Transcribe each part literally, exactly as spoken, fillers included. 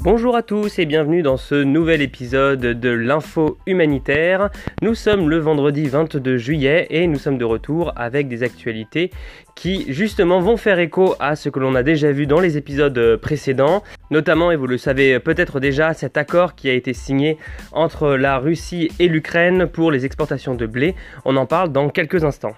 Bonjour à tous et bienvenue dans ce nouvel épisode de l'info humanitaire. Nous sommes le vendredi vingt-deux juillet et nous sommes de retour avec des actualités qui justement vont faire écho à ce que l'on a déjà vu dans les épisodes précédents, notamment, et vous le savez peut-être déjà, cet accord qui a été signé entre la Russie et l'Ukraine pour les exportations de blé. On en parle dans quelques instants.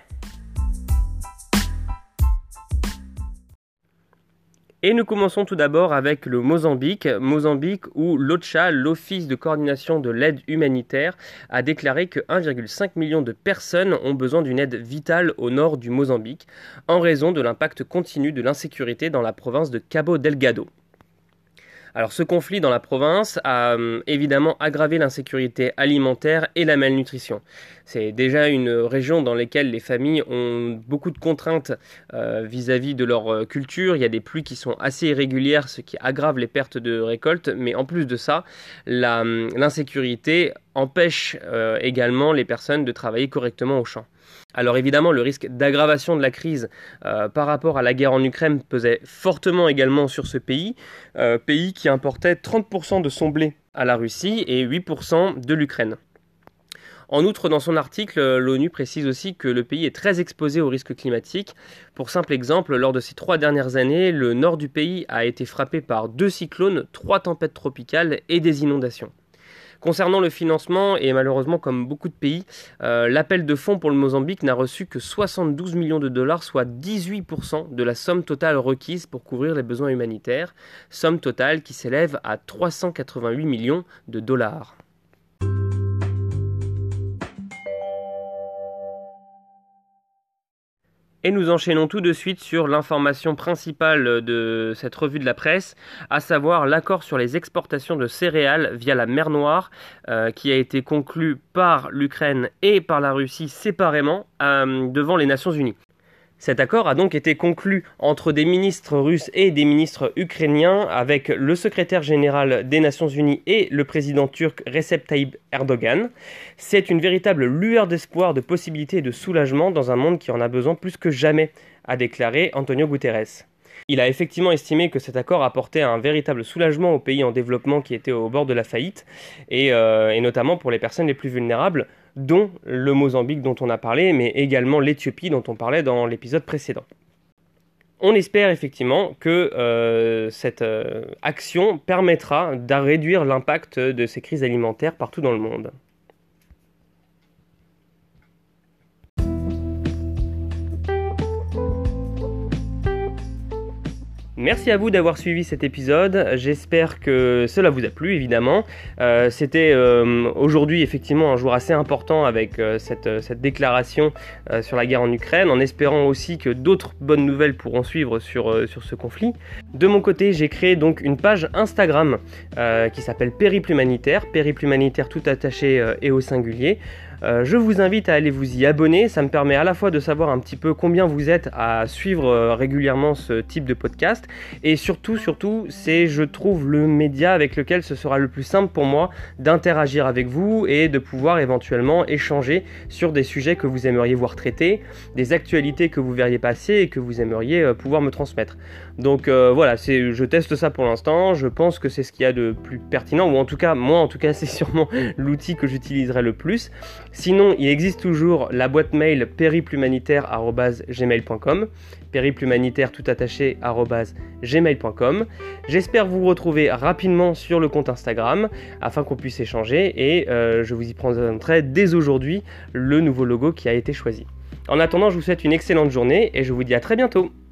Et nous commençons tout d'abord avec le Mozambique, Mozambique où l'OCHA, l'Office de coordination de l'aide humanitaire, a déclaré que un virgule cinq million de personnes ont besoin d'une aide vitale au nord du Mozambique, en raison de l'impact continu de l'insécurité dans la province de Cabo Delgado. Alors ce conflit dans la province a euh, évidemment aggravé l'insécurité alimentaire et la malnutrition. C'est déjà une région dans laquelle les familles ont beaucoup de contraintes euh, vis-à-vis de leur euh, culture. Il y a des pluies qui sont assez irrégulières, ce qui aggrave les pertes de récolte. Mais en plus de ça, la, l'insécurité empêche euh, également les personnes de travailler correctement au champ. Alors évidemment, le risque d'aggravation de la crise euh, par rapport à la guerre en Ukraine pesait fortement également sur ce pays, euh, pays qui importait trente pour cent de son blé à la Russie et huit pour cent de l'Ukraine. En outre, dans son article, l'ONU précise aussi que le pays est très exposé aux risques climatiques. Pour simple exemple, lors de ces trois dernières années, le nord du pays a été frappé par deux cyclones, trois tempêtes tropicales et des inondations. Concernant le financement, et malheureusement comme beaucoup de pays, euh, l'appel de fonds pour le Mozambique n'a reçu que soixante-douze millions de dollars, soit dix-huit pour cent de la somme totale requise pour couvrir les besoins humanitaires, somme totale qui s'élève à trois cent quatre-vingt-huit millions de dollars. Et nous enchaînons tout de suite sur l'information principale de cette revue de la presse, à savoir l'accord sur les exportations de céréales via la mer Noire, euh, qui a été conclu par l'Ukraine et par la Russie séparément euh, devant les Nations Unies. Cet accord a donc été conclu entre des ministres russes et des ministres ukrainiens avec le secrétaire général des Nations Unies et le président turc Recep Tayyip Erdogan. C'est une véritable lueur d'espoir, de possibilités et de soulagement dans un monde qui en a besoin plus que jamais, a déclaré Antonio Guterres. Il a effectivement estimé que cet accord apportait un véritable soulagement aux pays en développement qui étaient au bord de la faillite, et, euh, et notamment pour les personnes les plus vulnérables, dont le Mozambique dont on a parlé, mais également l'Éthiopie dont on parlait dans l'épisode précédent. On espère effectivement que euh, cette euh, action permettra de réduire l'impact de ces crises alimentaires partout dans le monde. Merci à vous d'avoir suivi cet épisode, j'espère que cela vous a plu évidemment. Euh, c'était euh, aujourd'hui effectivement un jour assez important avec euh, cette, cette déclaration euh, sur la guerre en Ukraine, en espérant aussi que d'autres bonnes nouvelles pourront suivre sur, euh, sur ce conflit. De mon côté, j'ai créé donc une page Instagram euh, qui s'appelle Périple Humanitaire, Périple Humanitaire tout attaché euh, et au singulier. Euh, je vous invite à aller vous y abonner, ça me permet à la fois de savoir un petit peu combien vous êtes à suivre euh, régulièrement ce type de podcast, et surtout, surtout, c'est, je trouve, le média avec lequel ce sera le plus simple pour moi d'interagir avec vous et de pouvoir éventuellement échanger sur des sujets que vous aimeriez voir traités, des actualités que vous verriez passer et que vous aimeriez euh, pouvoir me transmettre. Donc euh, voilà, c'est, je teste ça pour l'instant, je pense que c'est ce qu'il y a de plus pertinent, ou en tout cas, moi en tout cas, c'est sûrement l'outil que j'utiliserai le plus. Sinon, il existe toujours la boîte mail périplehumanitaire arobase gmail point com, périplehumanitaire tout attaché arobase gmail point com. J'espère vous retrouver rapidement sur le compte Instagram afin qu'on puisse échanger, et euh, je vous y présenterai dès aujourd'hui le nouveau logo qui a été choisi. En attendant, je vous souhaite une excellente journée et je vous dis à très bientôt.